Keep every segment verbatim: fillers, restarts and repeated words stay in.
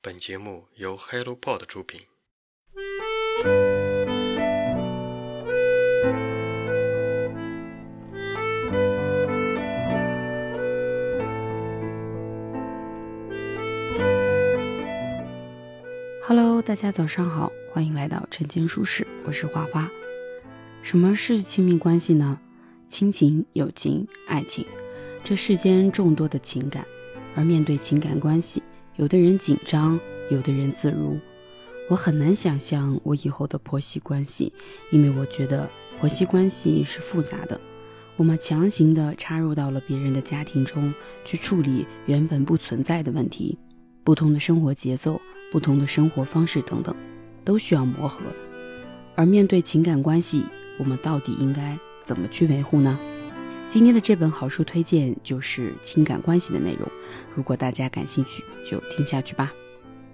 本节目由 HelloPod 出品。 Hello， 大家早上好，欢迎来到晨间书室，我是花花。什么是亲密关系呢？亲情、友情、爱情，这世间众多的情感，而面对情感关系，有的人紧张，有的人自如。我很难想象我以后的婆媳关系，因为我觉得婆媳关系是复杂的，我们强行地插入到了别人的家庭中，去处理原本不存在的问题，不同的生活节奏，不同的生活方式等等，都需要磨合。而面对情感关系，我们到底应该怎么去维护呢？今天的这本好书推荐就是情感关系的内容，如果大家感兴趣，就听下去吧。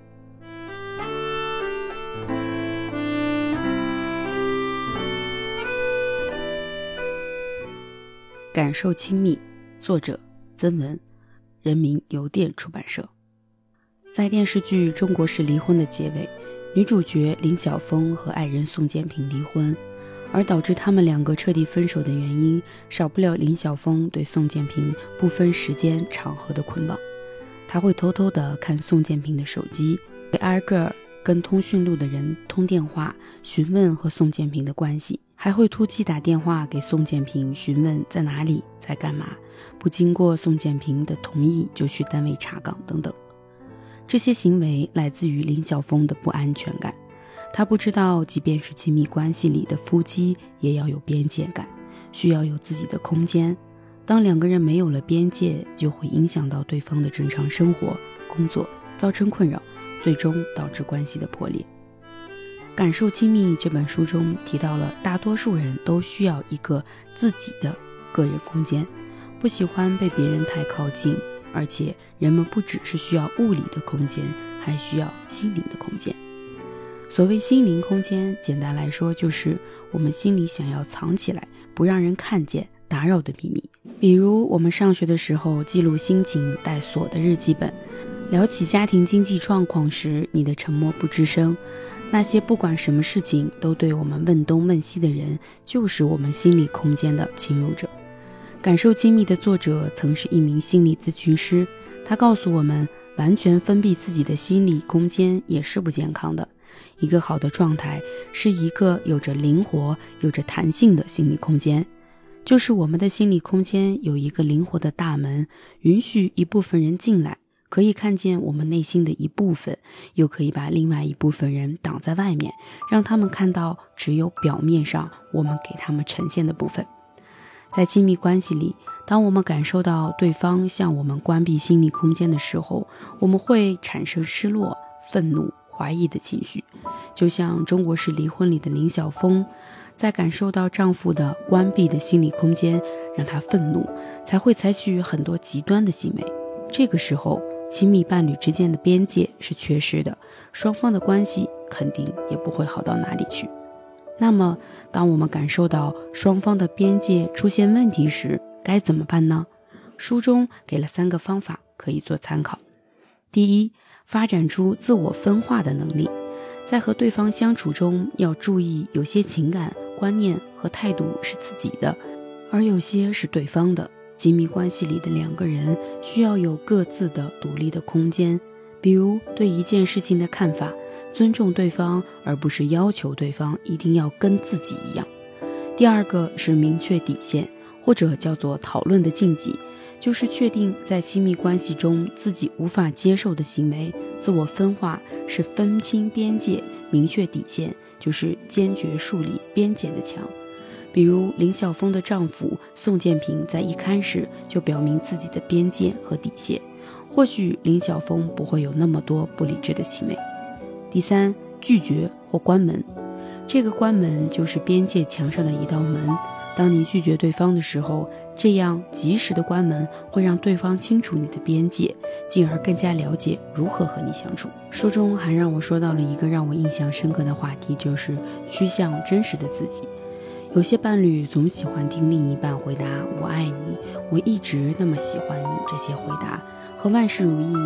感受亲密，作者曾文，人民邮电出版社。在电视剧《中国式离婚》的结尾，女主角林晓峰和爱人宋建平离婚，而导致他们两个彻底分手的原因，少不了林晓峰对宋建平不分时间场合的捆绑。他会偷偷地看宋建平的手机，会挨个跟通讯录的人通电话，询问和宋建平的关系，还会突击打电话给宋建平询问在哪里，在干嘛，不经过宋建平的同意就去单位查岗等等。这些行为来自于林晓峰的不安全感，他不知道即便是亲密关系里的夫妻也要有边界感，需要有自己的空间。当两个人没有了边界，就会影响到对方的正常生活、工作，造成困扰，最终导致关系的破裂。感受亲密这本书中提到了大多数人都需要一个自己的个人空间，不喜欢被别人太靠近，而且人们不只是需要物理的空间，还需要心灵的空间。所谓心灵空间，简单来说就是我们心里想要藏起来，不让人看见、打扰的秘密。比如我们上学的时候记录心情带锁的日记本，聊起家庭经济状况时，你的沉默不吱声。那些不管什么事情都对我们问东问西的人，就是我们心理空间的侵入者。感受亲密的作者曾是一名心理咨询师，他告诉我们，完全封闭自己的心理空间也是不健康的。一个好的状态是一个有着灵活、有着弹性的心理空间，就是我们的心理空间有一个灵活的大门，允许一部分人进来，可以看见我们内心的一部分，又可以把另外一部分人挡在外面，让他们看到只有表面上我们给他们呈现的部分。在亲密关系里，当我们感受到对方向我们关闭心理空间的时候，我们会产生失落、愤怒、怀疑的情绪。就像《中国式离婚》里的林晓峰，在感受到丈夫的关闭的心理空间让她愤怒，才会采取很多极端的行为。这个时候，亲密伴侣之间的边界是缺失的，双方的关系肯定也不会好到哪里去。那么当我们感受到双方的边界出现问题时，该怎么办呢？书中给了三个方法可以做参考。第一，发展出自我分化的能力。在和对方相处中，要注意有些情感、观念和态度是自己的，而有些是对方的。亲密关系里的两个人需要有各自的独立的空间，比如对一件事情的看法，尊重对方，而不是要求对方一定要跟自己一样。第二个是明确底线，或者叫做讨论的禁忌，就是确定在亲密关系中自己无法接受的行为。自我分化是分清边界，明确底线就是坚决树立边界的墙。比如林晓峰的丈夫宋建平在一开始就表明自己的边界和底线，或许林晓峰不会有那么多不理智的行为。第三，拒绝或关门。这个关门就是边界墙上的一道门，当你拒绝对方的时候，这样及时的关门会让对方清楚你的边界，进而更加了解如何和你相处。书中还让我说到了一个让我印象深刻的话题，就是趋向真实的自己。有些伴侣总喜欢听另一半回答我爱你，我一直那么喜欢你，这些回答和万事如意一样，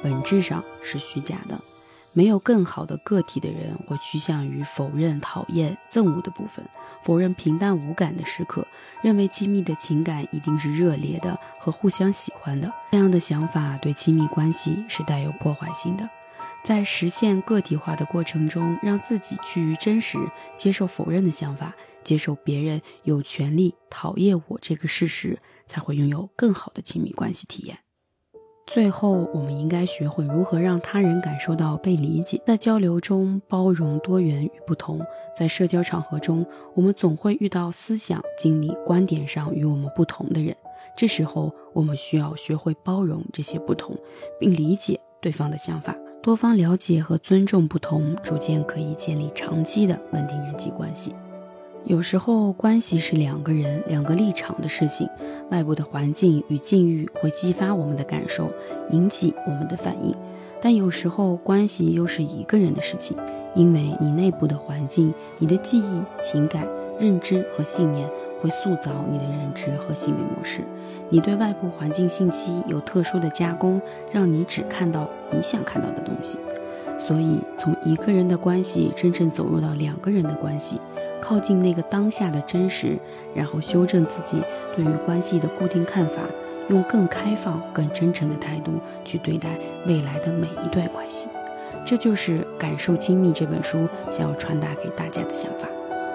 本质上是虚假的。没有更好的个体的人会趋向于否认讨厌、憎恶的部分，否认平淡无感的时刻，认为亲密的情感一定是热烈的和互相喜欢的。这样的想法对亲密关系是带有破坏性的。在实现个体化的过程中，让自己趋于真实，接受否认的想法，接受别人有权利讨厌我这个事实，才会拥有更好的亲密关系体验。最后，我们应该学会如何让他人感受到被理解，在交流中包容多元与不同。在社交场合中，我们总会遇到思想、经历、观点上与我们不同的人，这时候我们需要学会包容这些不同，并理解对方的想法。多方了解和尊重不同，逐渐可以建立长期的稳定人际关系。有时候关系是两个人、两个立场的事情，外部的环境与境遇会激发我们的感受，引起我们的反应。但有时候关系又是一个人的事情，因为你内部的环境、你的记忆、情感、认知和信念会塑造你的认知和行为模式。你对外部环境信息有特殊的加工，让你只看到你想看到的东西。所以从一个人的关系真正走入到两个人的关系，靠近那个当下的真实，然后修正自己对于关系的固定看法，用更开放、更真诚的态度去对待未来的每一段关系。这就是《感受亲密》这本书想要传达给大家的想法。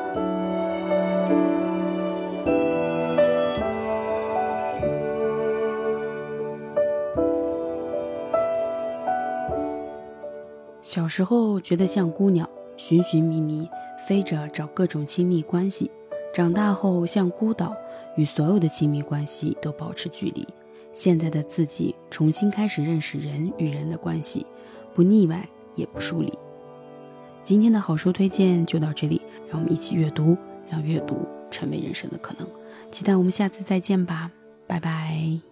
小时候觉得像姑娘，寻寻觅觅，飞着找各种亲密关系。长大后像孤岛，与所有的亲密关系都保持距离。现在的自己重新开始认识人与人的关系，不腻歪也不疏离。今天的好书推荐就到这里，让我们一起阅读，让阅读成为人生的可能。期待我们下次再见吧，拜拜。